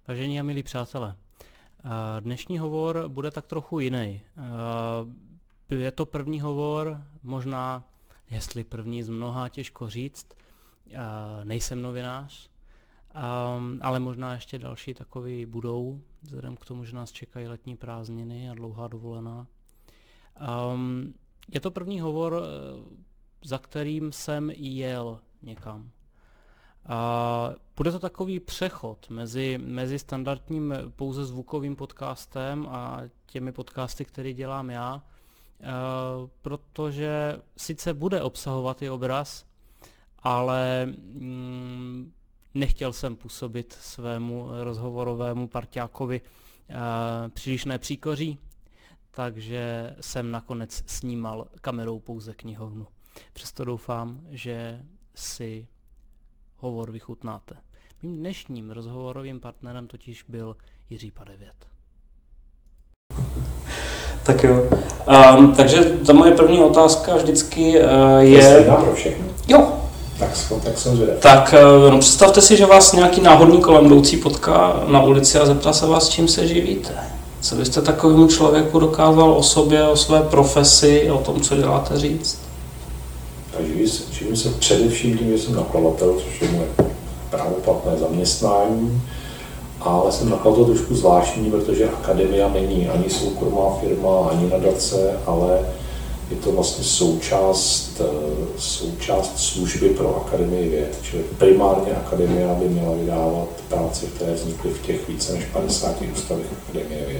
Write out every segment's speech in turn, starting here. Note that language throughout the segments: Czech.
Vážení a milí přátelé, dnešní hovor bude tak trochu jiný. Je to první hovor, možná, jestli první z mnoha, těžko říct, nejsem novinář, ale možná ještě další takový budou, vzhledem k tomu, že nás čekají letní prázdniny a dlouhá dovolená. Je to první hovor, za kterým jsem jel někam. Bude to takový přechod mezi standardním pouze zvukovým podcastem a těmi podcasty, které dělám já, protože sice bude obsahovat i obraz, ale nechtěl jsem působit svému rozhovorovému parťákovi přílišné příkoří, takže jsem nakonec snímal kamerou pouze knihovnu. Přesto doufám, že si hovor vychutnáte. Mým dnešním rozhovorovým partnerem totiž byl Jiří Padevět. Tak jo. Takže ta moje první otázka vždycky je... Stejná pro všechny. Jo. Tak jsem zvědav. Tak představte si, že vás nějaký náhodný kolem jdoucí potká na ulici a zeptá se vás, čím se živíte. Co byste takovému člověku dokázal o sobě, o své profesi, o tom, co děláte, říct? Živím se především tím, že jsem nakladatel, což je moje právoplatné zaměstnání, ale jsem nakladatel trošku zvláštní, protože akademia není ani soukromá firma, ani nadace, ale je to vlastně součást služby pro Akademii věd. Čili primárně akademia by měla vydávat práce, které vznikly v těch více než 50 ústavech Akademie věd.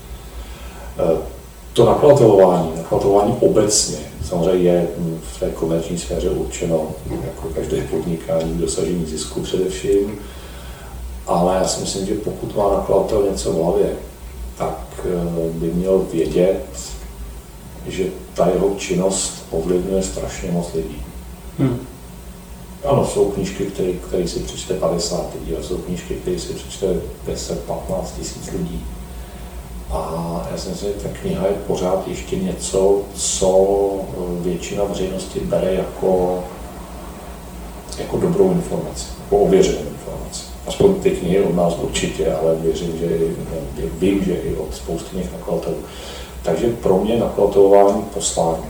To nakladatelování obecně samozřejmě je v té komerční sféře určeno jako každé podnikání k dosažení zisku především, ale já si myslím, že pokud má nakladatel něco v hlavě, tak by měl vědět, že ta jeho činnost ovlivňuje strašně moc lidí. Ano, jsou knížky, které si přečte 50 lidí, a jsou knížky, které si přečte 10-15 tisíc lidí. A já si myslím, že ta kniha je pořád ještě něco, co většina veřejnosti bere jako dobrou informaci, jako ověřenou informaci. Aspoň ty knihy od nás určitě, ale vím, že i od spousty těch nakladatelů. Takže pro mě nakladatelování poslání,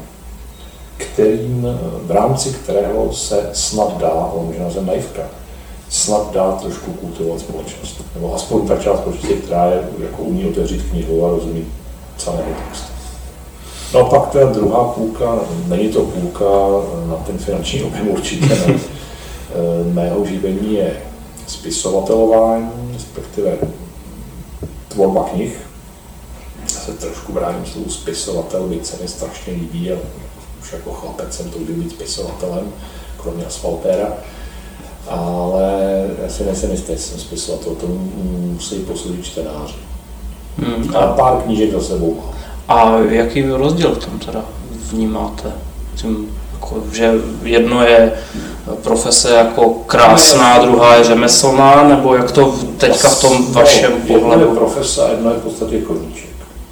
v rámci kterého se snad dá, ale možná jsem naivka, snad dá trošku kultivovat společnost. Nebo aspoň ta část společnosti, která je, jako umí otevřít knihu a rozumí psaného textu. No a pak ta druhá půlka, není to půlka na ten finanční objem určitě, ne. Mého živení je spisovatelování, respektive tvorba knih. Já se trošku bráním slovu spisovatel, byť se mi strašně líbí, ale už jako chlapec jsem toužil být spisovatelem, kromě Asfaltéra. Ale já si nejsem jistý, jsem spisovatel, to musí posoudit čtenáři. A pár knížek za sebou mám. A jaký rozdíl v tom teda vnímáte? Že jedno je profese jako krásná, druhá je řemeslná, nebo jak to teďka v tom vašem pohledu? Jedno je profese a jedno je v podstatě koníček.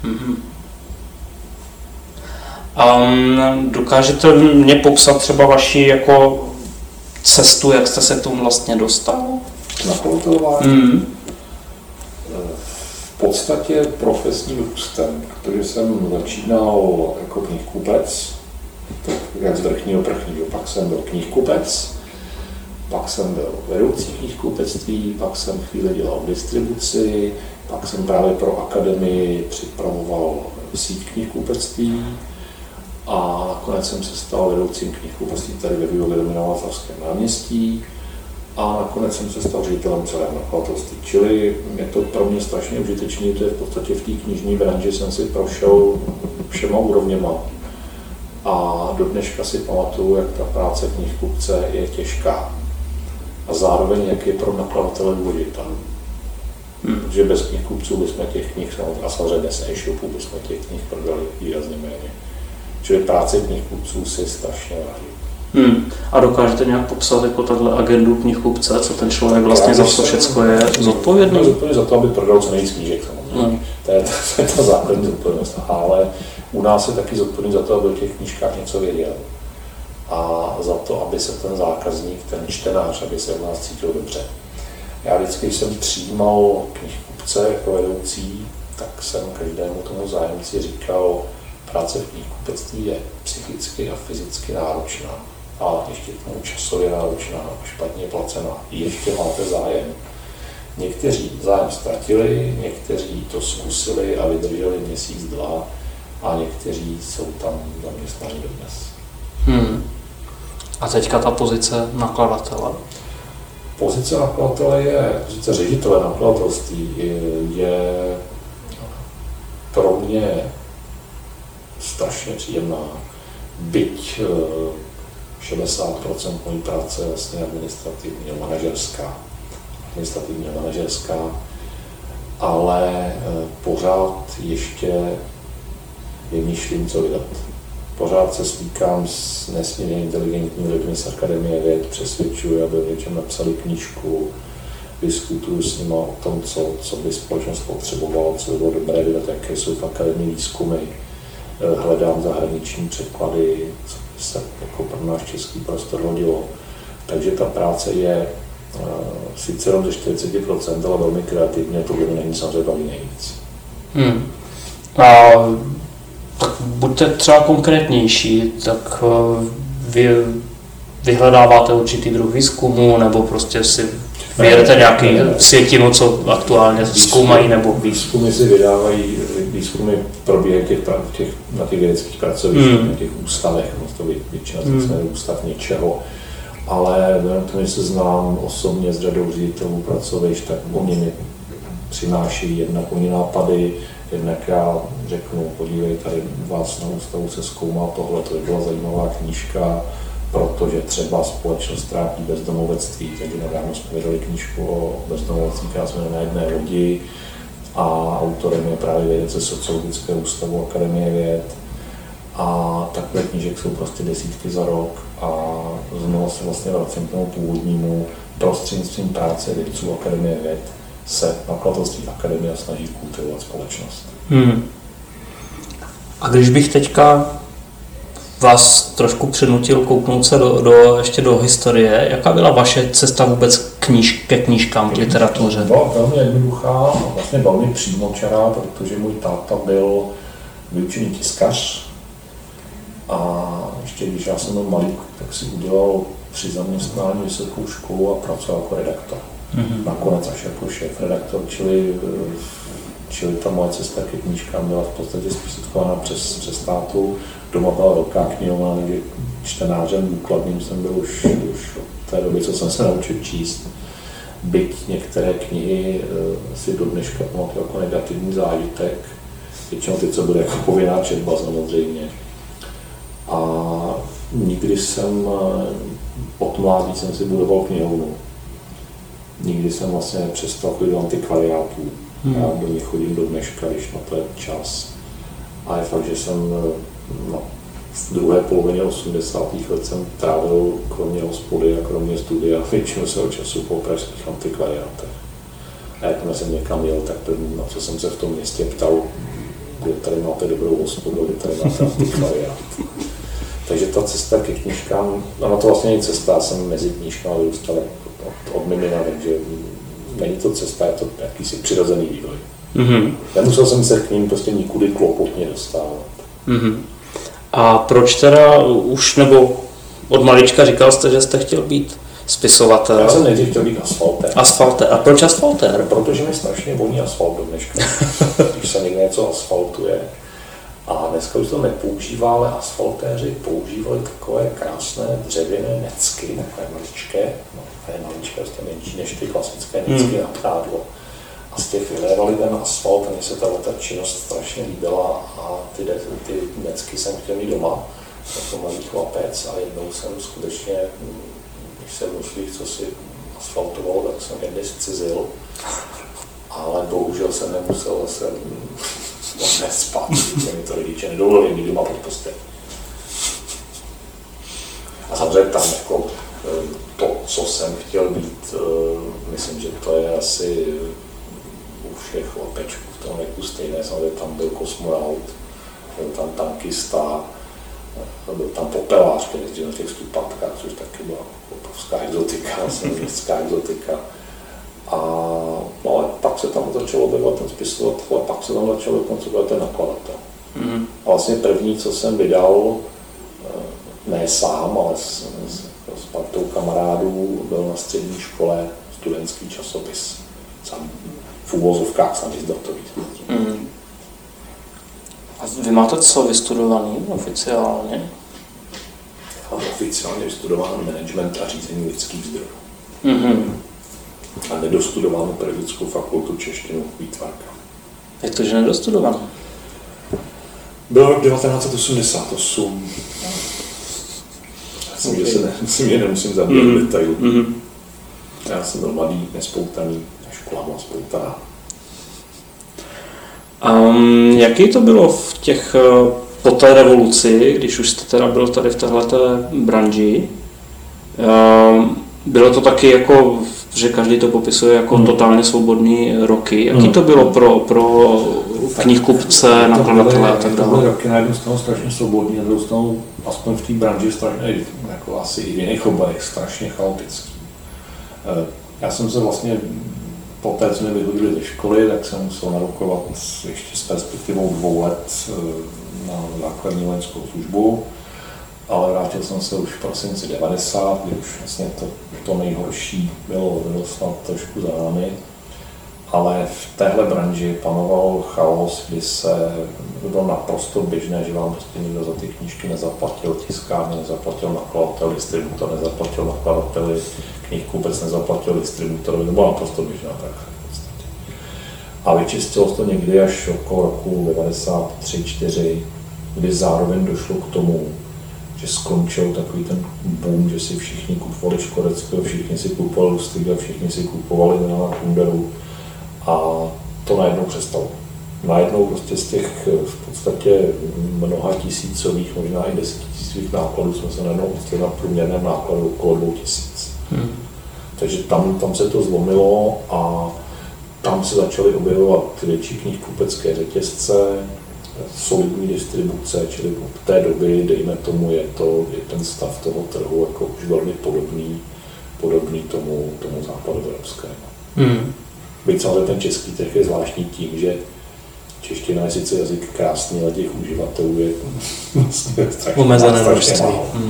Dokážete mě popsat třeba vaši jako cestu, jak jste se k tomu vlastně dostal? Nakladatelování? V podstatě profesním růstem, protože jsem začínal jako knihkupec, jak z vrchního prchního, pak jsem byl knihkupec, pak jsem byl vedoucí knihkupectví, pak jsem chvíli dělal distribuci, pak jsem právě pro akademii připravoval síť knihkupectví a nakonec jsem se stal vedoucím knihkupectví tady ve Vývovědomí na Václavském náměstí a nakonec jsem se stal ředitelem celého nakladatelství. Čili je to pro mě strašně užitečné, to je v podstatě v té knižní branži jsem si prošel všema úrovněma. A do dneška si pamatuju, jak ta práce knihkupce je těžká. A zároveň, jak je pro nakladatele důležitá. Protože bez knihkupců bychom těch knih, a samozřejmě bez e-shopů bychom těch knih prodali výrazně méně. Čili práce knihkupců si strašně váží. A dokážete nějak popsat jako tato agendu knihkupce, co ten člověk vlastně za to všechno je zodpovědný? Je zodpovědný za to, aby prodal co nejvíc knížek samozřejmě. To je ta základní zodpovědnost. Ale u nás je taky zodpovědný za to, aby o těch knížkách něco věděl. A za to, aby se ten zákazník, ten čtenář, aby se u nás cítil dobře. Já vždycky, když jsem přijímal knihkupce, jako vedoucí, tak jsem každému tomu zájemci říkal, práce v knihkupectví je psychicky a fyzicky náročná, ale ještě k tomu časově náročná, špatně placená. Ještě máte zájem. Někteří zájem ztratili, někteří to zkusili a vydrželi měsíc, dva a někteří jsou tam zaměstnaní dodnes. A teďka ta pozice nakladatele? Pozice nakladatele pozice ředitele nakladatelství je pro mě strašně příjemná, byť 60% mojí práce je vlastně administrativně manažerská, ale pořád ještě vymýšlím, co vydat. Pořád se stýkám s nesmírně inteligentními lidmi z Akademie věd, přesvědčuji, aby o něčem napsali knížku, diskutuju s nimi o tom, co by společnost potřebovala, co by bylo dobré vydat, jaké jsou v akademii výzkumy, hledám zahraniční překlady, co by se jako pro náš český prostor hodilo. Takže ta práce je sice jenom ze 40%, ale velmi kreativně, to by není samozřejmě baví nejvíc. A tak buďte třeba konkrétnější, tak vy vyhledáváte určitý druh výzkumu, nebo prostě si vyjedete nějaký světinu, co aktuálně zkoumají, nebo výzkumy si vydávají, výzkumy probíhají na těch vědeckých pracovištích, na těch ústavech, to většina z těch ústav něčeho, ale to, že se znám osobně s řadou ředitelů pracovišť, tak oni mi přináší jednak oni nápady, jednak já řeknu, podívej, tady vás na ústavu se zkoumá tohle, to by byla zajímavá knížka, protože třeba společnost trápí bezdomovectví, takže nedávno jsme vydali knížku o bezdomovectví, která jsme na jedné lodi a autorem je právě vědec ze Sociologického ústavu Akademie věd a takové knížek jsou prostě desítky za rok a znovu se vlastně vracím k tomu původnímu prostřednictvím práce vědců Akademie věd se nakladatelství Akademie snaží kultivovat společnost. A když bych teďka vás trošku přinutil kouknout se ještě do historie, jaká byla vaše cesta vůbec ke knížkám, k literatuře? Byla velmi jednoduchá a vlastně velmi přímočará, protože můj táta byl vyučený tiskař a ještě když já jsem byl malý, tak si udělal při zaměstnání vysokou školu a pracoval jako redaktor. Nakonec až jako šéf-redaktor, čili ta moje cesta ke knížkám byla v podstatě zprostředkována přes tátu. Doma byla velká knihovna, takže čtenářem důkladným jsem byl už od té doby, co jsem se naučil číst. Byť některé knihy si do dneška pamatuju jako negativní zážitek, většinou ty, co byly jako povinná četba samozřejmě. A nikdy jsem od mládí jsem si budoval knihovnu. Nikdy jsem vlastně přestal chodit do antikvariátů. Já do nich chodím do dneška, když na to je čas. A je fakt, že jsem v druhé polovině 80. let jsem trávil kromě hospody a kromě studia většinu svého času po pražských antikvariátech. A jakmile jsem někam jel, tak první, na co jsem se v tom městě ptal, kde tady máte dobrou hospodu, kde tady máte antikvariát. Takže ta cesta ke knížkám, no to vlastně není cesta, já jsem mezi knížkami vyrůstal od mimina, takže není to cesta, je to jakýsi přirozený vývoj. Nemusel jsem se k ním prostě nikudy klopotně dostávat. A proč teda už, nebo od malička říkal jste, že jste chtěl být spisovatel? Já jsem nejdřív chtěl být asfaltér. Asfaltér. A proč asfaltér? Protože mi strašně voní asfalt do dneška, když se někde něco asfaltuje. A dneska už to nepoužívá, ale asfaltéři používali takové krásné dřevěné necky, takové maličké, prostě menší než ty klasické necky na prádlo. A z těch vylévali ten asfalt a mně se ta činnost strašně líbila a ty necky jsem chtěl mít doma, jako malý chlapec a jednou jsem skutečně, když jsem musel, co si asfaltoval, tak jsem jedny zcizil, ale bohužel jsem nemusel zase nespat, že mi to rodiče nedovolili mít doma pod postel. A samozřejmě tam jako to, co jsem chtěl být, myslím, že to je asi u všech chlapečků v tom věku stejné, samozřejmě tam byl kosmonaut, byl tam tankista, byl tam popelář, který jezdil na těch stupatkách, což taky byla obrovská exotika, městská exotika. A no, ale pak se tam začal objevovat ten spisovatel a pak se tam začal dokonce objevovat ten nakladatel. A vlastně první, co jsem vydal, ne sám, ale s partou kamarádů, byl na střední škole studentský časopis. V úvozovkách samizdatový. A vy máte co vystudovaný oficiálně? Oficiálně vystudovaný management a řízení lidských zdrojů. A nedostudovanou pedagogickou fakultu češtinu Výtvarka. Jak to, že nedostudovaný? Byl rok 1988. Myslím, že nemusím zabít detailu. Já jsem byl mladý, nespoutaný, a škola byla spoutaná. Jaký to bylo v těch, po té revoluci, když už jste teda byl tady v téhleté branži? Bylo to taky jako, že každý to popisuje jako totálně svobodný roky. Jaký to bylo pro knihkupce, nakladatele a tak dále? To byly roky na jednu stranu strašně svobodný, na druhou stranu, aspoň v té branži, strašně, jako asi i v jiných oborech, strašně chaotický. Já jsem se vlastně po té, co mě vyhodili ze školy, tak jsem musel narukovat ještě s perspektivou 2 let na základní vojenskou službu, ale vrátil jsem se už v prosinci 90, kdy už vlastně to nejhorší bylo snad trošku za námi, ale v téhle branži panoval chaos, kdy bylo naprosto běžné, že vám prostě nikdo za ty knížky nezaplatil, tiskárně nezaplatil, nakladatel, distributor nezaplatil, nakladateli, knihkupeč nezaplatil distributorovi, to bylo naprosto běžná praxe v podstatě. A vyčistilo se to někdy až okolo roku 93-4, kdy zároveň došlo k tomu, že skončil takový ten boom, že si všichni kupovali Škodeckého, všichni si kupovali Lustiga, všichni si kupovali Milana Kunderu a to najednou přestalo. Najednou prostě z těch v podstatě mnoha tisícových, možná i 10 000 nákladů jsme se najednou odstali na průměrném nákladu okolo 2000. Takže tam se to zlomilo a tam se začaly objevovat větší knihkupecké řetězce, solidní distribuce, čili od té doby, dejme tomu, je ten stav toho trhu jako už velmi podobný tomu západoevropskému. Byť samozřejmě ten český trh je zvláštní tím, že čeština je sice jazyk krásný, ale těch uživatelů je strašně omezené množství.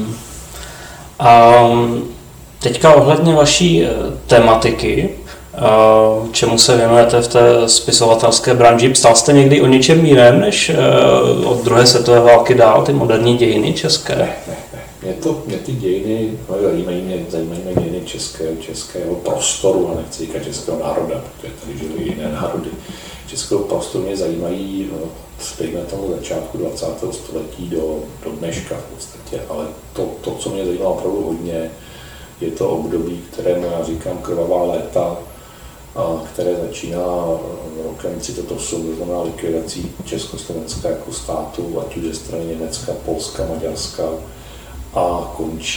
Teďka ohledně vaší tematiky, čemu se věnujete v té spisovatelské branži, psal jste někdy o něčem jiném než od druhé světové války dál, ty moderní dějiny české? Ne. Mě ty dějiny zajímají mě dějiny českého prostoru, a nechci říkat českého národa, protože tady žili jiné národy. Českého prostoru mě zajímají dejme tomu začátku 20. století do dneška v podstatě, ale to, co mě zajímá opravdu hodně, je to období, kterému já říkám krvavá léta, které začíná rokem 1938, to znamená likvidací Československa jako státu, ať už ze strany Německa, Polska, Maďarska, a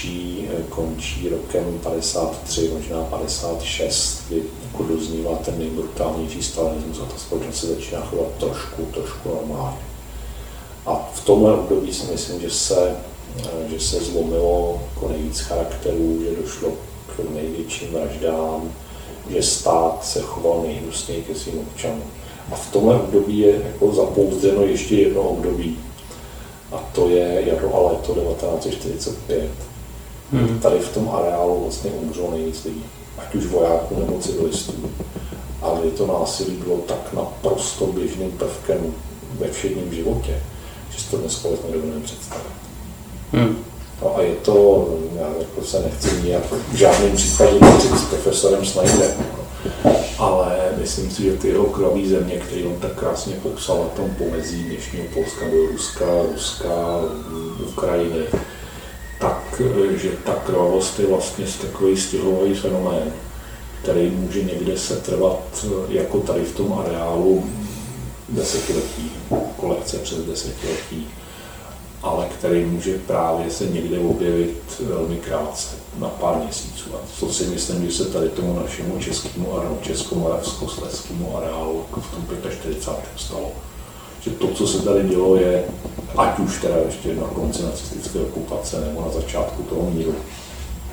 končí rokem 53, možná 56, kdy jako doznívá ten nejbrutálnější stalinismus a ta společnost se začíná chovat trošku normálně. A v tomhle období si myslím, že se zlomilo jako nejvíc charakterů, že došlo k největším vraždám, že stát se choval nejhnusněji ke svým občanům. A v tomhle období je jako zapouzdřeno ještě jedno období. A to je jaro a léto 1945. Tady v tom areálu vlastně umřelo nejvíc lidí. Ať už vojáků nebo civilistů. Ale to násilí bylo tak naprosto běžným prvkem ve všedním životě, že si to dneska vlastně nedovedeme představit. No a je to, já jako se nechci nijak v žádném případě s profesorem Snyderem, ale myslím si, že ty jeho krvavé země, které on tak krásně popsal na tom pomezí dnešního Polska do Ruska, Ukrajiny, tak, že ta krvavost je vlastně takový stěhový fenomén, který může někde setrvat jako tady v tom areálu desetiletí, kolekce přes desetiletí, ale který může právě se někde objevit velmi krátce, na pár měsíců. A to si myslím, že se tady tomu našemu českomoravskoslezskému areálu jako v tom 45. stalo. Že to, co se tady dělo, je, ať už teda ještě na konci nacistické okupace nebo na začátku toho míru,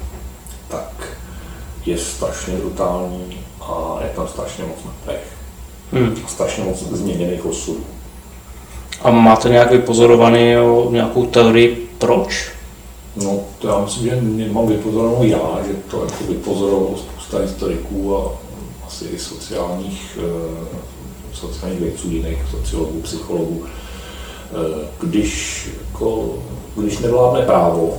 tak je strašně brutální a je tam strašně moc mrtvých. strašně moc změněných osudů. A máte nějak vypozorovaný nějakou teorii proč? No, to já myslím, že nemám vypozorovanou já, že to jako vypozorovalo spousta historiků a asi i sociálních vědců, jiných sociologů, psychologů. Když nevládne právo,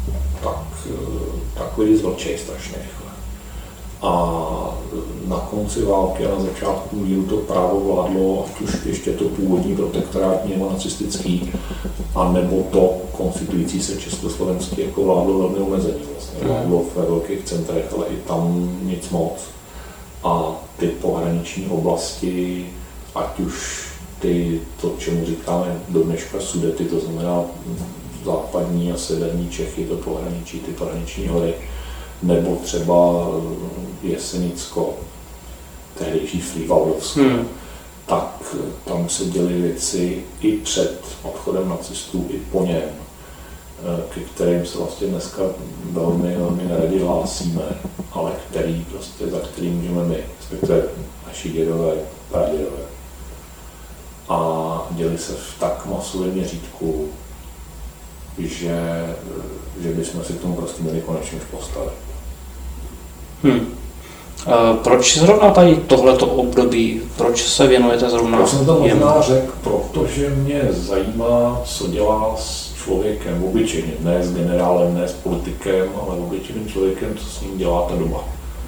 tak lidi zvlčejí strašně rychle. A na konci války a na začátku míru to právo vládlo, ať už ještě to původní protektorátní nebo nacistický, a nebo to konstituující se československý jako vládlo velmi omezený. Vlastně vládlo ve velkých centrech, ale i tam nic moc. A ty pohraniční oblasti, ať už to, čemu říkáme do dneška Sudety, to znamená západní a severní Čechy, to pohraničí, ty pohraniční hory, nebo třeba Jesenicko, tehdejší Frývaldovsko, tak tam se děly věci i před odchodem nacistů, i po něm, ke kterým se vlastně dneska velmi neradi hlásíme, ale za který můžeme my, respektive naši dědové, pradědové. A děli se v tak masovém měřítku, že bychom si k tomu prostě měli konečně už postavit. Proč zrovna tady tohleto období, proč se věnujete zrovna Já jsem to jemu? možná řekl, protože mě zajímá, co dělá s člověkem obyčejným, ne s generálem, ne s politikem, ale obyčejným člověkem, co s ním dělá ta doba.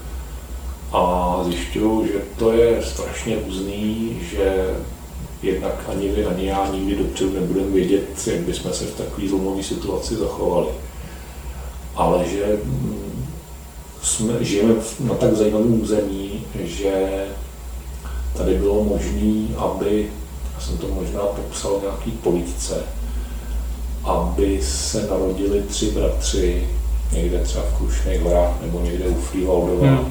A zjišťuju, že to je strašně různý, že jednak ani vy, ani já nikdy dopředu nebudeme vědět, jak bychom se v takové zlomové situaci zachovali. Ale že žijeme na tak zajímavém území, že tady bylo možné, aby, já jsem to možná popsal v nějaký povídce, aby se narodili 3 bratři, někde třeba v Krušných horách nebo někde u Frývaldova,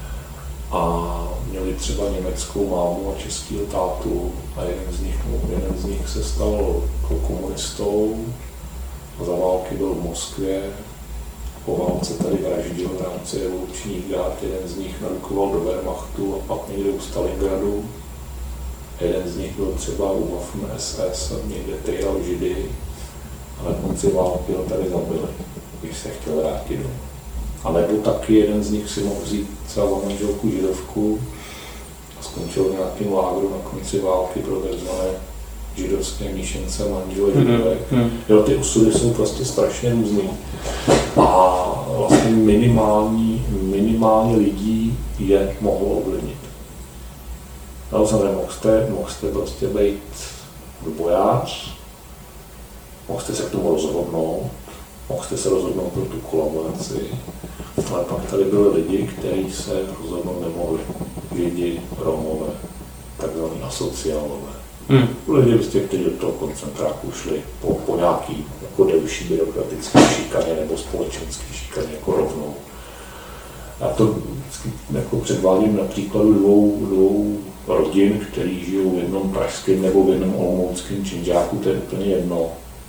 a měli třeba německou mámu a českýho tátu a jeden z nich se stal komunistou, za války byl v Moskvě, po válce tady vraždil v rámci revolučních gád, jeden z nich narukoval do Wehrmachtu a pak někde u Stalingradu. Jeden z nich byl třeba u Waffen SS a někde týral Židy a na konci války ho tady zabili, když se chtěl vrátit domů. A nebo taky jeden z nich si mohl vzít třeba manželku židovku a skončil v nějakém lágru na konci války pro takzvané židovské míšence manželé židovek. Jo, ty osudy jsou prostě strašně různý. A vlastně minimálně lidí je mohlo ovlivnit. No, samozřejmě mohl jste prostě být odbojář, mohl jste se k tomu rozhodnout, mohl jste se rozhodnout pro tu kolaboraci, ale pak tady byli lidi, kteří se rozhodnout nemohli. Židi, Romové, takzvaný asociálové. Lidi, kteří do toho koncentráku šli po nějaký jako delší byrokratické šikaně nebo společenské šikaně jako rovnou. Já to jako předvádím na příkladu dvou rodin, který žijou v jednom pražském nebo v jednom olomouckém Činžáku, to je úplně jedno.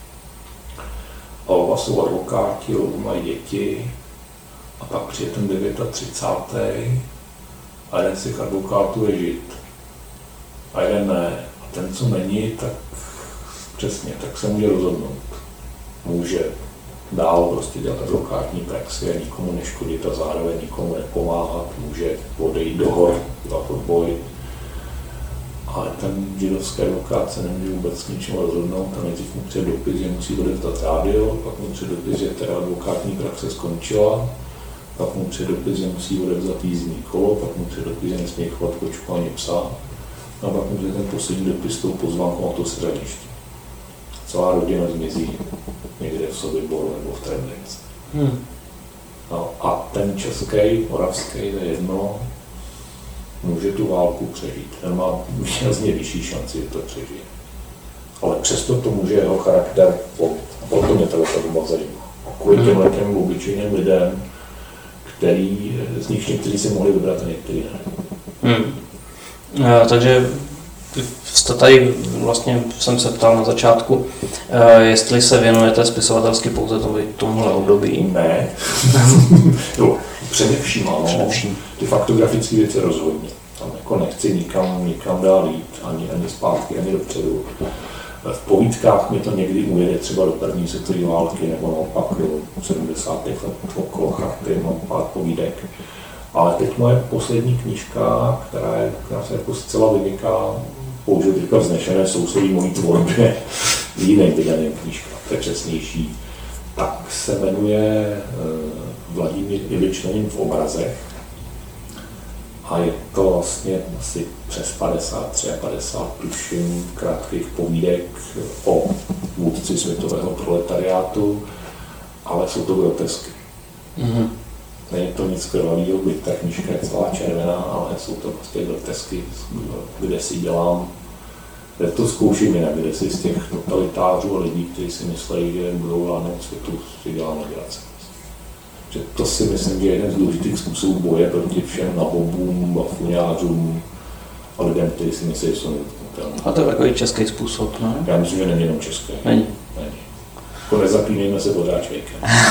A oba jsou advokáti, oba mají děti a pak přijde ten 39. a jeden z těch advokátů je Žid a jeden ne. A ten, co není, tak přesně, tak se může rozhodnout. Může dál prostě dělat advokátní praxi a nikomu neškodit a zároveň nikomu nepomáhat, může odejít do hor, dělat odboj. Ale ten židovský advokát se nemůže vůbec ničemu rozhodnout a nejdřív mu přijde dopis, že musí odevzdat rádio, pak mu přijde dopis, že teda advokátní praxe skončila, pak mu přijde dopis, že musí odevzdat jízdní kolo, pak mu přijde dopis, že nesmí chovat kočku ani psa, a pak mu přijde ten poslední dopis s tou pozvánkou a to seřadiště. Celá rodina zmizí někde v Sobiboru nebo v Treblince. No, a ten český, moravský, to je jedno, může tu válku přežít. Ten má výrazně vyšší šanci, že to přežije. Ale přesto to může jeho charakter zlomit. A proto mě to doba zajímá. A kvůli těm obyčejným lidem, z nich někteří si mohli vybrat a někteří ne. Takže jste tady, vlastně jsem se ptal na začátku, jestli se věnujete spisovatelsky pouze tomuhle období. Ne. Jo, především ano. Ty faktografické věci rozhodně. Tam jako nechci nikam dál jít, ani zpátky, ani dopředu. V povídkách mi to někdy ujede třeba do první světové války, nebo naopak do 70. let okolo charty, mám pár povídek. Ale teď moje poslední knížka, která se jako zcela vymyká, použil teďka vznešené sousloví mojí tvorbě, jiný vydaný knížka, to je přesnější, tak se jmenuje Vladimír Ilič Lenin v obrazech. A je to vlastně asi přes 50 tuším krátkých povídek o vůdci světového proletariátu, ale jsou to grotesky. Mm-hmm. Není to nic krvavého, byť ta knížka je celá červená, ale jsou to prostě grotesky, kde si dělám, kde to zkouším jinak, kde si z těch totalitářů a lidí, kteří si myslí, že budou vládnout světu, si dělám legraci. Že to si myslím, že je jeden z důležitých způsobů boje proti všem nabobům, bafuňářům a lidem, kteří si myslí, že jsou nedotknutelní. A to je takový český způsob, ne? Já myslím, že není jenom český. Není. Jako nezapínejme se pořád člověkem.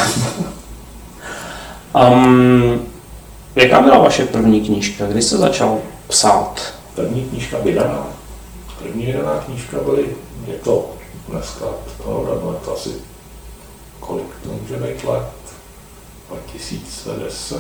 Jaká byla vaše první knížka? Kdy jste začal psát? První knížka vydaná. První vydaná knížka byly, je to dneska, je to asi, kolik to může být let? 2010,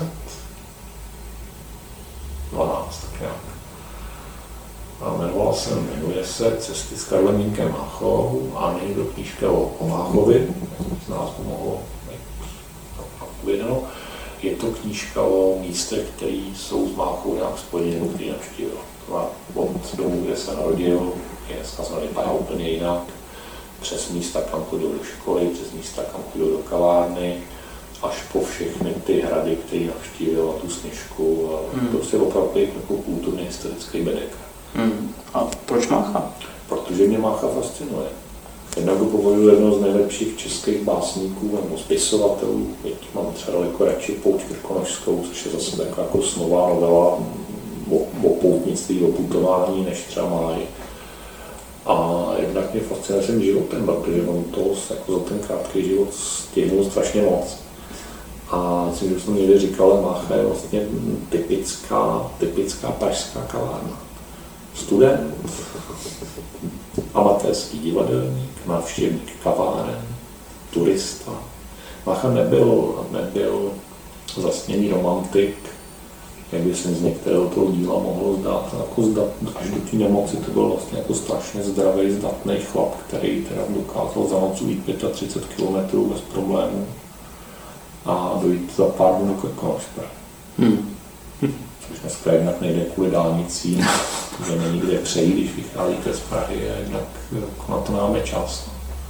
12, tak nějak. A jmenuje se Cesty s Karlemínkem Máchovou a není to knížka o Máchovi, z nás mohlo být uvedeno. Je to knížka o místech, které jsou s Máchou nějak spojené, který navštívil. Od domu, kde se narodil, je dneska vypadá úplně jinak. Přes místa, kam chodil do školy, přes místa, kam chodil do kavárny, až po všechny ty hrady, které navštívil, a tu Sněžku. To prostě opravdu jako kulturně historický bedek. A proč Mácha? Protože mě Mácha fascinuje. Jednak ho považuji jednou z nejlepších českých básníků nebo spisovatelů. Teď mám třeba daleko radši Pouť krkonošskou, což je zase taková jako snová novela o poutnictví, o putování, než třeba Máj. A jednak mě fascinuje svým životem, protože on to jako za ten krátký život stihnul strašně moc. A myslím, že jsem někdy říkal, Mácha je vlastně typická pražská kavárna. Student, amatérský divadelník, návštěvník kaváren, turista. Mácha nebyl zasněný romantik, jak by se z některého toho díla mohlo zdát. Až do té nemoci to byl vlastně jako strašně zdravý, zdatný chlap, který teda dokázal za noc ujít 35 km bez problémů a dojít za pár dnů do Krkonoše. Což dneska jednak nejde kvůli dálnicím, že není kde přejít, když vycházíte z Prahy, a jednak na to máme čas.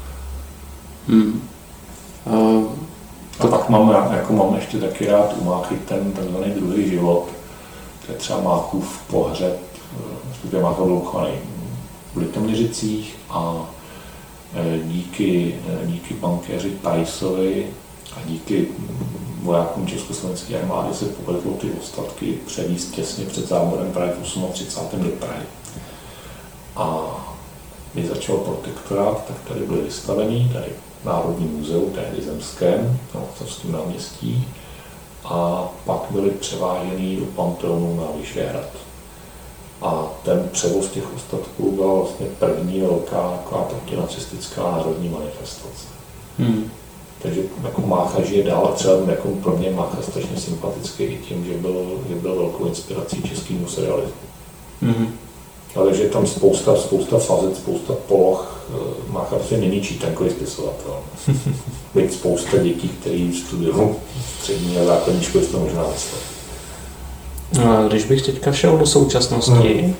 A pak mám ještě taky rád u Máchy ten takzvaný druhý život, to je třeba Máchův pohřeb, respektive Mácha byl uchovaný v Litoměřicích a díky bankéři Tajsovi a díky vojákům československé armády se povedlo ty ostatky převízt těsně před záborem právě v 38. do Prahy. A když začal protektorát, tak tady byly vystavení, tady v Národním muzeu, tehdy zemském, na Ostravském náměstí, a pak byly převáženy do Panteonu na Vyšehrad. A ten převoz těch ostatků byla vlastně první velká protinacistická národní manifestace. Takže jako Mácha žije dál a třeba jako pro mě Mácha strašně sympatický i tím, že byl velkou inspirací českému surrealismu. Ale takže je tam spousta fazet, spousta poloh. Mácha prostě není čítankový spisovatel. Byť spousta dětí, kteří studují střední a základní školy, to možná myslet. Když bych teďka šel do současnosti,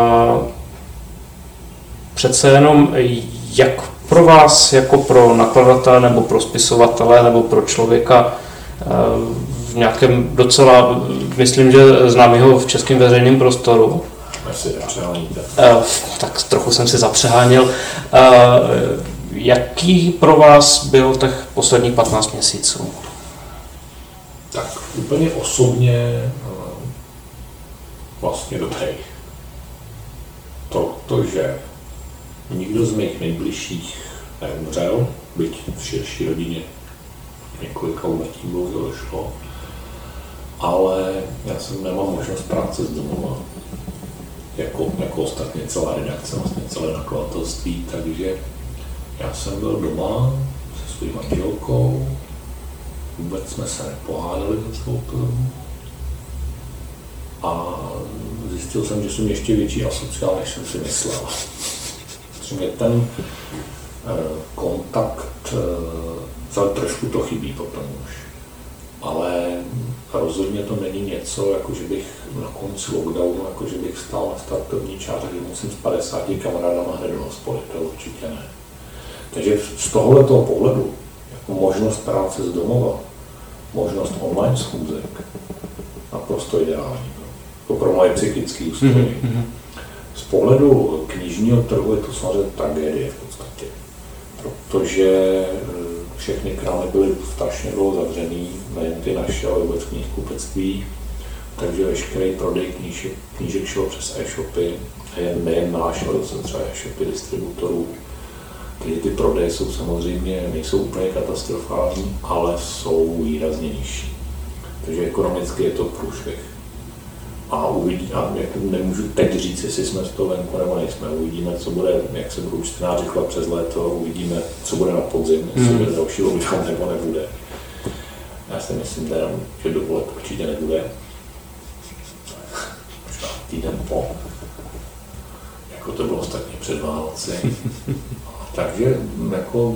přece jenom jak pro vás, jako pro nakladatele, nebo pro spisovatele, nebo pro člověka v nějakém docela, myslím, že známého v českém veřejném prostoru. Tak trochu jsem si zapřeháněl. Jaký pro vás byl těch posledních 15 měsíců? Tak úplně osobně vlastně dobrý. Protože nikdo z mých nejbližších neumřel, byť v širší rodině několika úmrtí bohužel došlo, ale já jsem nemám možnost práce z domova. jako ostatně celá redakce, vlastně celé nakladatelství, takže já jsem byl doma se svou manželkou, vůbec jsme se nepohádali za celou tu dobu a zjistil jsem, že jsem ještě větší asociál, než jsem si myslel. Protože mě ten kontakt, trošku to chybí potom už, ale rozhodně to není něco, jako že bych na konci lockdownu, jako že bych stál na startovní čáře, že musím s 50 kamarádama hned do hospody, to určitě ne. Takže z tohoto pohledu, jako možnost práce z domova, možnost online schůzek, naprosto ideální. To pro moje psychické ustavení. Z pohledu knižního trhu je to samozřejmě tragédie v podstatě, protože všechny krámy byly strašně dlouho zavřený, nejen ty naše, ale vůbec knihkupectví, takže veškerý prodej knížek šel přes e-shopy, nejen náš, ale zase třeba e-shopy distributorů. Takže ty prodeje jsou samozřejmě, nejsou úplně katastrofální, ale jsou výrazně nižší. Takže ekonomicky je to průšvih. A jako nemůžu teď říct, jestli jsme z toho venku nebo nejsme. Uvidíme, co bude, jak se budou čtenáři chovat přes léto, uvidíme, co bude na podzim, jestli bude další lockdown nebo nebude. Já si myslím teda, že dovolet určitě nebude. Možná týden po, jako to bylo ostatně před Vánoci. Takže jako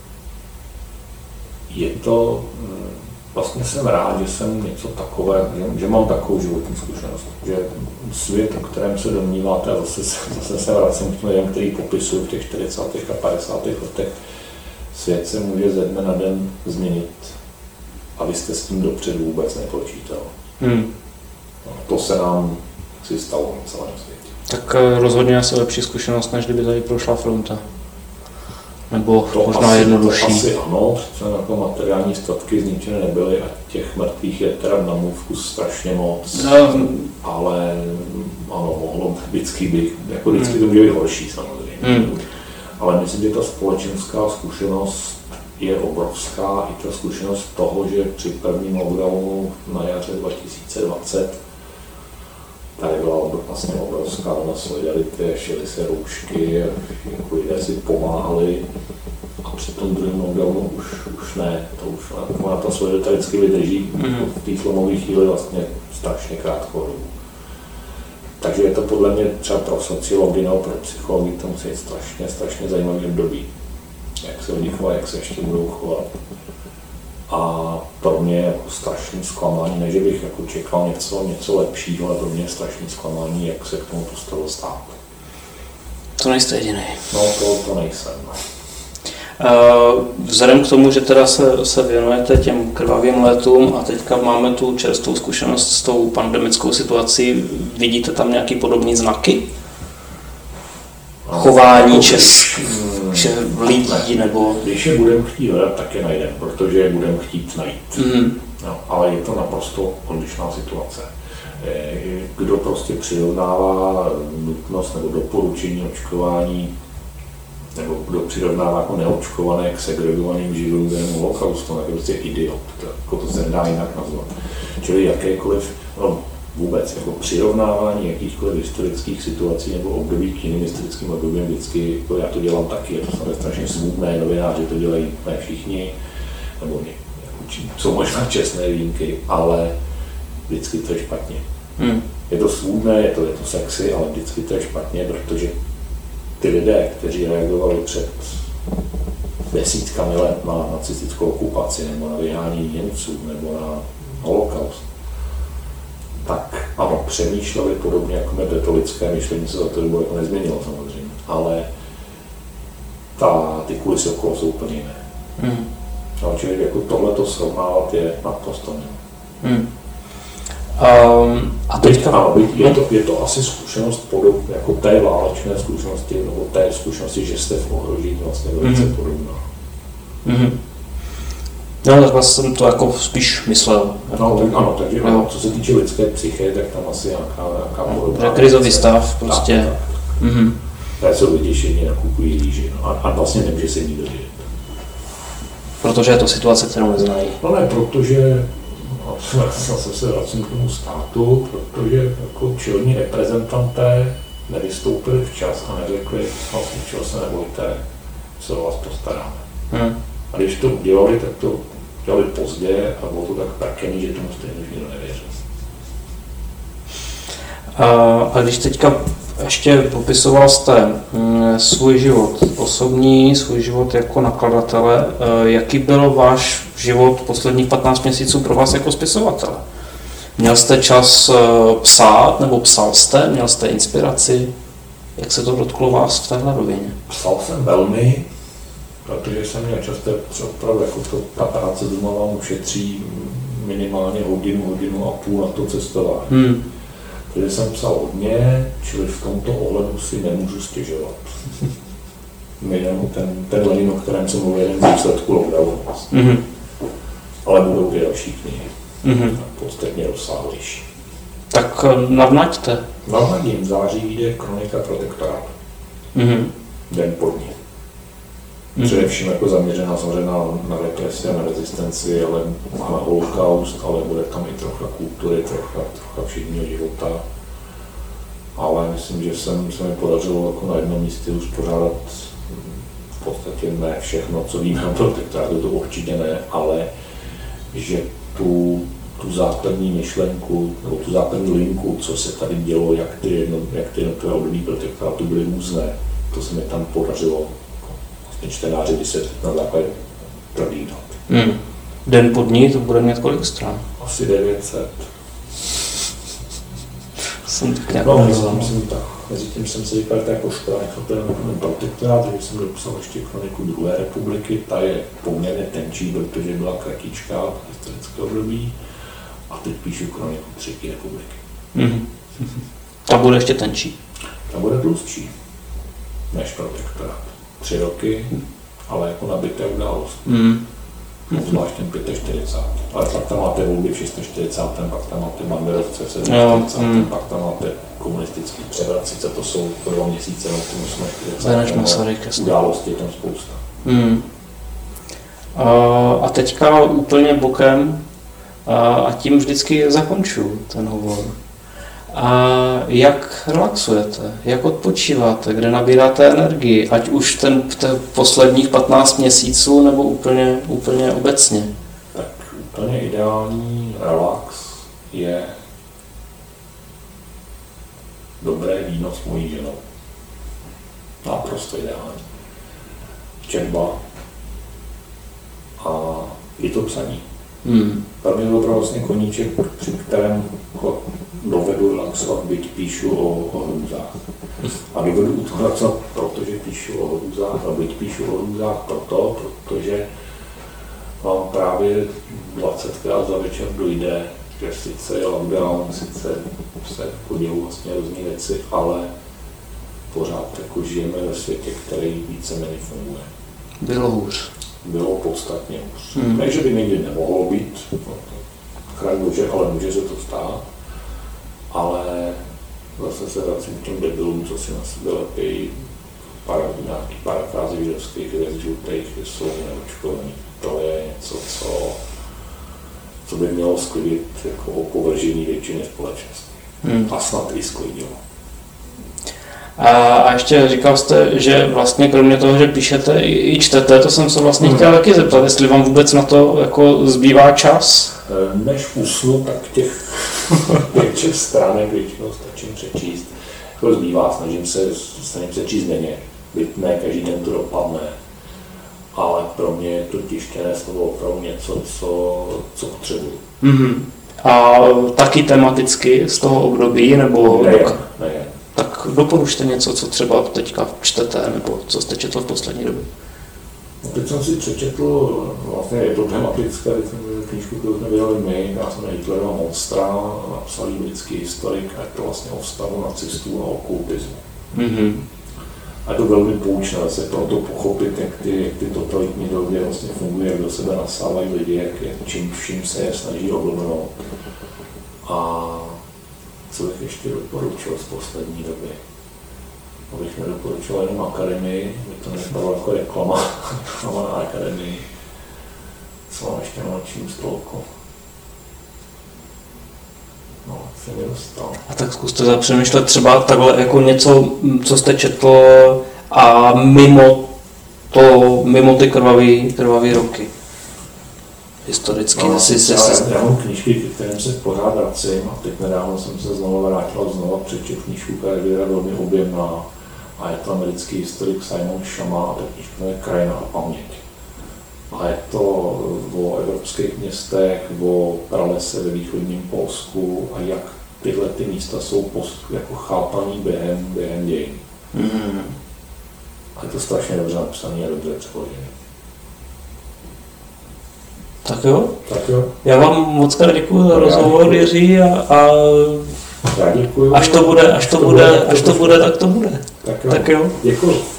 je to, vlastně jsem rád, že jsem něco takové, že mám takovou životní zkušenost, že svět, o kterém se domníváte, a zase se vracím k lidem, který popisují v těch 40. a 50. letech, svět se může ze dne na den změnit a vy jste s tím dopředu vůbec nepočítal. To se nám si stalo na celém světě. Tak rozhodně asi lepší zkušenost, než kdyby tady prošla fronta. Nebo to možná jednodušší. To asi ano, přece jako materiální statky zničené nebyly a těch mrtvých je teda na můj vkus strašně moc. Ale ano, mohlo vždycky být, jako vždycky to může být horší samozřejmě. Ale myslím, že ta společenská zkušenost je obrovská, i ta zkušenost toho, že při prvním lockdownu na jaře 2020 tady byla vlastně obrovská vlna solidarity, šily se roušky, jako lidé si pomáhali a při tom druhém lockdownu už ne, to už ta solidarita vždycky vydrží v té filmové chvíli vlastně strašně krátkou dobu. Takže je to podle mě třeba pro sociologii nebo pro psychologii to musí být strašně zajímavý období, jak se lidi chovají, jak se ještě budou chovat. A pro mě je jako strašný zklamání, ne že bych jako čekal něco lepšího, ale pro mě je strašný zklamání, jak se k tomu postavil stát. To nejste jediný. No to nejsem. No. Vzhledem k tomu, že teda se věnujete těm krvavým letům a teďka máme tu čerstvou zkušenost s tou pandemickou situací, vidíte tam nějaké podobné znaky? Chování lidí nebo... Když je budeme chtít hledat, tak je najdeme, protože je budeme chtít najít. No, ale je to naprosto odlišná situace. Kdo prostě přirovnává nutnost nebo doporučení očkování, nebo kdo přirovnává jako neočkované k segregovaným živým holokaustu, tak je prostě idiot. To se nedá jinak nazvat. Čili jakékoliv, vůbec jako přirovnávání jakýchkoliv historických situací nebo období k jiným historickým obdobím vždycky, jako já to dělám taky, je to samozřejmě strašně smutné, novináři to dělají ne všichni, nebo jsou možná čestné výjimky, ale vždycky to je špatně. Je to smutné, je to sexy, ale vždycky to je špatně, protože ty lidé, kteří reagovali před desítkami let na nacistickou okupaci nebo na vyhání Němců nebo na holokaust, tak ano, přemýšleli podobně jako my, to lidské myšlení se za to dobu jako nezměnilo samozřejmě, ale ty kulisy okolo jsou úplně jiné. No, čili jako tohleto srovnávat je naprosto ne. A teďka... Ano, je to asi zkušenost podobná, jako té válečné zkušenosti, nebo té zkušenosti, že jste v ohrožení vlastně velice podobná. No, tak vlastně jsem to jako spíš myslel. Ano, takže ano, co se týče lidské psyché, tak tam asi nějaká podobná. Krizový stav prostě. Tak jsou vyděšení, nakupují rýži, a vlastně nemůže se nikdo dělat. Protože je to situace, kterou neznají. No ne, protože, zase se vracím k tomu státu, protože jako čelní reprezentanté nevystoupili včas a neřekli, vlastně čeho se nebojte, se o vás postaráme. A když to udělali, tak to udělali pozdě a bylo to tak prkený, že tomu stejně už nikdo nevěřil. A když teďka ještě popisoval jste svůj život osobní, svůj život jako nakladatele, jaký byl váš život posledních 15 měsíců pro vás jako spisovatele? Měl jste čas psát, nebo psal jste? Měl jste inspiraci? Jak se to dotklo vás v téhle rovině? Psal jsem velmi, protože jsem měl často opravdu, jako ta práce doma vám ušetří minimálně hodinu a půl na to cestování. Protože jsem psal hodně, čili v tomto ohledu si nemůžu stěžovat. Minimum ten Lenin, o kterém jsem mluvil, jeden z výsledků lockdownu. Ale budou ty další knihy. Podstatně rozsáhlejší. Tak navnaďte. Navnadím, v září vyjde Kronika protektorátu. Den po dní. Především jako zaměřená samozřejmě na represi a na rezistenci, ale na holokaust, ale bude tam i trocha kultury, trocha všedního života. Ale myslím, že se mi podařilo jako na jednom místě uspořádat v podstatě ne všechno, co víme o protektorátu, to určitě ne, ale že tu základní myšlenku, nebo tu základní linku, co se tady dělo, jak ty jednotlivé období protektorátu byly různé, to se mi tam podařilo čtenáři vysvětlit na základě tvrdých dat. Den po dní to bude mít kolik stran? Asi 900. Jsem tak nějak mezi tím jsem si říkal, že to je jako škoda nechat ten protektorát, takže jsem dopsal ještě kroniku druhé republiky, ta je poměrně tenčí, protože byla kratičká v historické období, a teď píšu kroniku třetí republiky. Ta bude ještě tenčí? Ta bude tlustší než protektorát. 3 roky, ale jako nabité událost. Zvlášť ten 45. Ale pak tam máte volby v 46. Pak tam máte banderovce v 47. Pak tam máte komunistický převrat, sice to jsou 2 měsíce, no tomu jsme 40. Události je tam spousta. A teďka úplně bokem, a tím vždycky zakončuju ten hovor. A jak relaxujete, jak odpočíváte, kde nabíráte energii, ať už ten posledních 15 měsíců nebo úplně obecně? Tak úplně ideální relax je dobré víno s mojí ženou. Naprosto ideální. Četba a je to psaní. Pro mě byl vlastně koníček, při kterém dovedu relaxovat, byť píšu o hrůzách. A dovedu u toho relaxovat, protože píšu o hrůzách, a byť píšu o hrůzách protože vám právě 20krát za večer dojde, že sice je lockdown, sice se dějou vlastně různé věci, ale pořád jako žijeme ve světě, který víceméně funguje. Bylo hůř. Bylo podstatně hůř. Ne, že by někdy nemohlo být, chraň bože, ale může se to stát. Ale zase se vracím k těm debilům, co si na sebe lepí nějaký parafrázy židovských hvězd žlutých, že jsou neočkovaní. To je něco, co by mělo sklidit jako opovržení většiny společnosti. A snad i sklidilo. A ještě říkal jste, že vlastně kromě toho, že píšete i čtete, to jsem se vlastně chtěl taky zeptat, jestli vám vůbec na to jako zbývá čas? Než usnu, tak těch 5-6 stránek většinou stačím přečíst. Jako zbývá, snažím se přečíst denně, byť ne každý den to dopadne, ale pro mě je to tištěné slovo opravdu něco, co potřebuji. A taky tematicky z toho období, nebo? Nejen. Tak doporučte něco, co třeba teďka čtete, nebo co jste četl v poslední době. No, teď jsem si přečetl, vlastně je to tematické, knížku, kterou jsme vydali my, já jsem Hitlerova monstra, napsal britský historik, a je to vlastně o vztahu nacistů a okultismu. A je to velmi poučné se pro to pochopit, jak ty totalitní doby vlastně fungují, jak do sebe nasávají lidi, jak čím vším se je snaží ovlivnout. A co bych ještě doporučil z poslední doby? Abych nedoporučil jenom akademii, by to nevypadalo jako reklama na akademii. Co mám ještě na nočním stolku? No, mě dostal. A tak zkuste zapřemýšlet třeba takhle jako něco, co jste četl a mimo ty krvavý roky. Historicky. No, já mám knížky, ke kterým se pořád vracím a teď nedávno jsem se znovu vrátil a znovu přečetl knížku, která je velmi objemná a je to americký historik Simon Schama a ta knížka je Krajina a paměť. A je to o evropských městech, o pralese ve východním Polsku a jak tyhle ty místa jsou jako chápaný během dějin. Mm. A je to strašně dobře napsaný a dobře přeložený. Tak jo. Já vám moc krát děkuji za rozhovor, Jiří, a já děkuji. Až to bude, tak to bude. Tak jo. Děkuji.